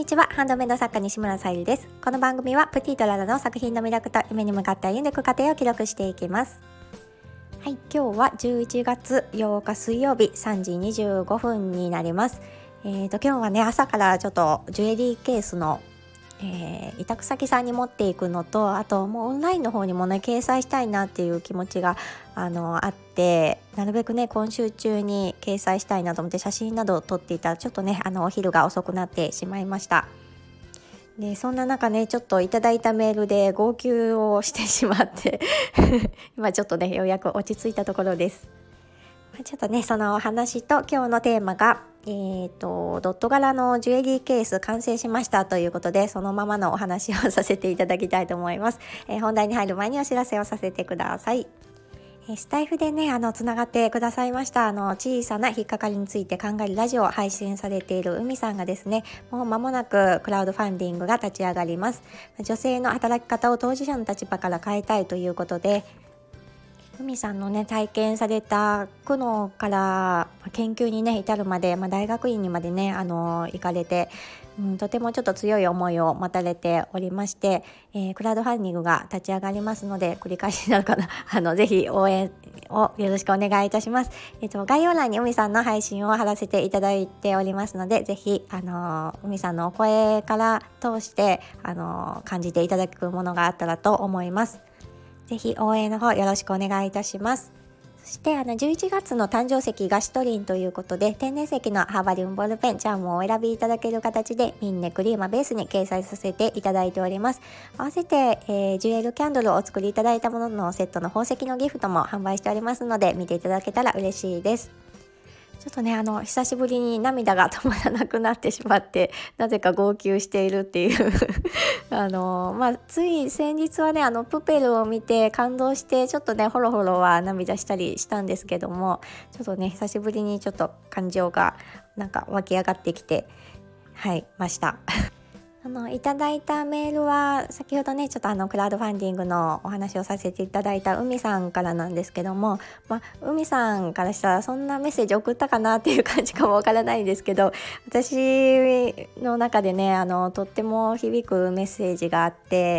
にちは、ハンドメイド作家西村さゆりです。この番組はプティとララの作品の魅力と夢に向かって歩んでいく過程を記録していきます。はい、今日は11月8日水曜日3時25分になります。今日はね、朝からちょっとジュエリーケースの委託先さんに持っていくのと、あともうオンラインの方にもね掲載したいなっていう気持ちがあって、なるべくね今週中に掲載したいなと思って写真などを撮っていたら、ちょっとねお昼が遅くなってしまいました。でそんな中ね、ちょっといただいたメールで号泣をしてしまって今ちょっとねようやく落ち着いたところです。ちょっとねそのお話と今日のテーマがドット柄のジュエリーケース完成しましたということで、そのままのお話をさせていただきたいと思います。本題に入る前にお知らせをさせてください。スタイフでねつながってくださいました小さな引っかかりについて考えるラジオを配信されている海さんがですね、もう間もなくクラウドファンディングが立ち上がります。女性の働き方を当事者の立場から変えたいということで、海さんのね体験された苦悩から研究にね至るまで、大学院にまでね行かれて、とてもちょっと強い思いを持たれておりまして、クラウドファンディングが立ち上がりますので、繰り返しになるかなぜひ応援をよろしくお願いいたします。概要欄に海さんの配信を貼らせていただいておりますので、ぜひ海さんのお声から通して感じていただくものがあったらと思います。ぜひ応援の方よろしくお願いいたします。そして11月の誕生石がシトリンということで、天然石のハーバリウムボールペンチャームをお選びいただける形でミンネクリーマベースに掲載させていただいております。合わせて、ジュエルキャンドルをお作りいただいたもののセットの宝石のギフトも販売しておりますので、見ていただけたら嬉しいです。ちょっとね久しぶりに涙が止まらなくなってしまって、なぜか号泣しているっていうつい先日はねプペルを見て感動して、ちょっとねホロホロは涙したりしたんですけども、ちょっとね久しぶりにちょっと感情がなんか湧き上がってきてましたいただいたメールは先ほどねちょっとクラウドファンディングのお話をさせていただいた海さんからなんですけども、海さんからしたらそんなメッセージ送ったかなっていう感じかもわからないんですけど、私の中でねとっても響くメッセージがあって、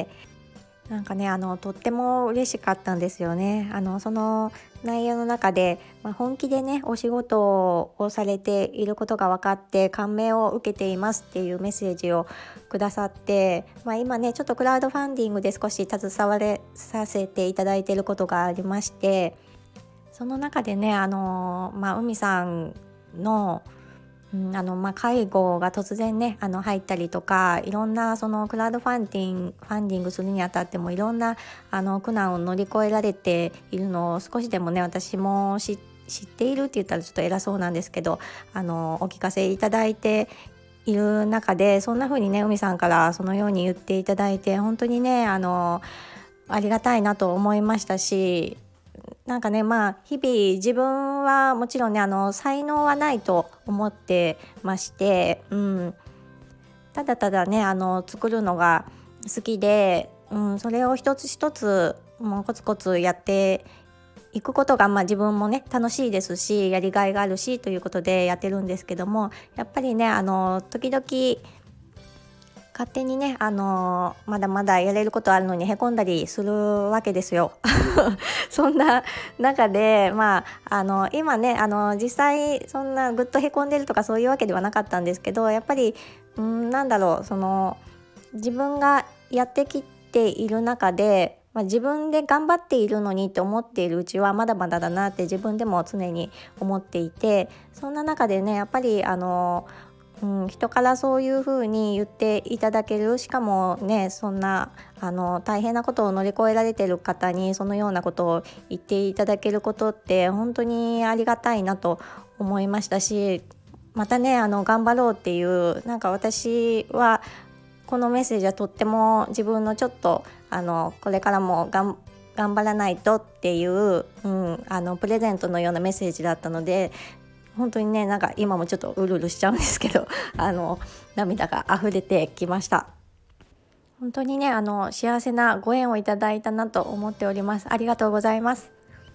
なんかねとっても嬉しかったんですよね。その内容の中で、本気でねお仕事をされていることが分かって感銘を受けていますっていうメッセージをくださって、今ねちょっとクラウドファンディングで少し携われさせていただいていることがありまして、その中でね海さんの介護が突然ね入ったりとか、いろんなそのクラウドファンディングするにあたってもいろんな苦難を乗り越えられているのを少しでもね私も知っているって言ったらちょっと偉そうなんですけど、お聞かせいただいている中で、そんな風にね海さんからそのように言っていただいて、本当にねありがたいなと思いましたし、なんかね日々自分はもちろんね才能はないと思ってまして、ただただね作るのが好きで、それを一つ一つもうコツコツやっていくことが自分もね楽しいですし、やりがいがあるしということでやってるんですけども、やっぱりね時々勝手にねまだまだやれることあるのにへこんだりするわけですよそんな中で今ね実際そんなぐっとへこんでるとかそういうわけではなかったんですけど、やっぱりその自分がやってきている中で、自分で頑張っているのにって思っているうちはまだまだだなって自分でも常に思っていて、そんな中でねやっぱり人からそういうふうに言っていただける、しかもねそんな大変なことを乗り越えられている方にそのようなことを言っていただけることって本当にありがたいなと思いましたし、またね頑張ろうっていう、私はこのメッセージはとっても自分のちょっとこれからも頑張らないとっていう、プレゼントのようなメッセージだったので、本当にね今もちょっとうるうるしちゃうんですけど涙が溢れてきました。本当にね幸せなご縁をいただいたなと思っております。ありがとうございます。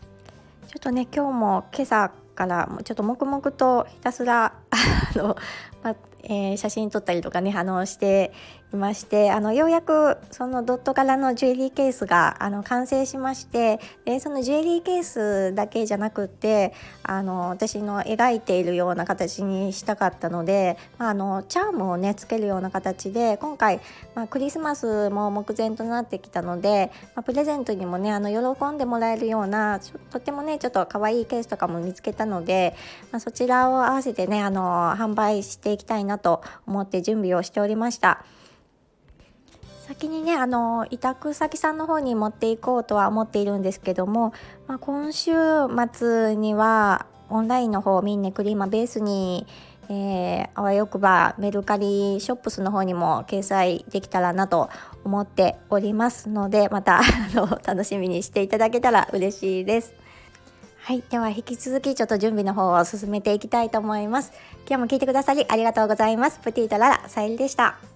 ちょっとね今日も今朝からちょっと黙々とひたすら写真撮ったりとかねしていまして、ようやくそのドット柄のジュエリーケースが完成しまして、でそのジュエリーケースだけじゃなくって私の描いているような形にしたかったので、チャームをねつけるような形で今回、クリスマスも目前となってきたので、プレゼントにもね喜んでもらえるようなとってもねちょっと可愛いケースとかも見つけたので、そちらを合わせてね販売していきたいなと思って準備をしておりました。先にね委託先さんの方に持っていこうとは思っているんですけども、今週末にはオンラインの方ミンネクリーマベースに、あわよくばメルカリショップスの方にも掲載できたらなと思っておりますので、また楽しみにしていただけたら嬉しいです。はい、では引き続きちょっと準備の方を進めていきたいと思います。今日も聞いてくださりありがとうございます。プティとララさゆりでした。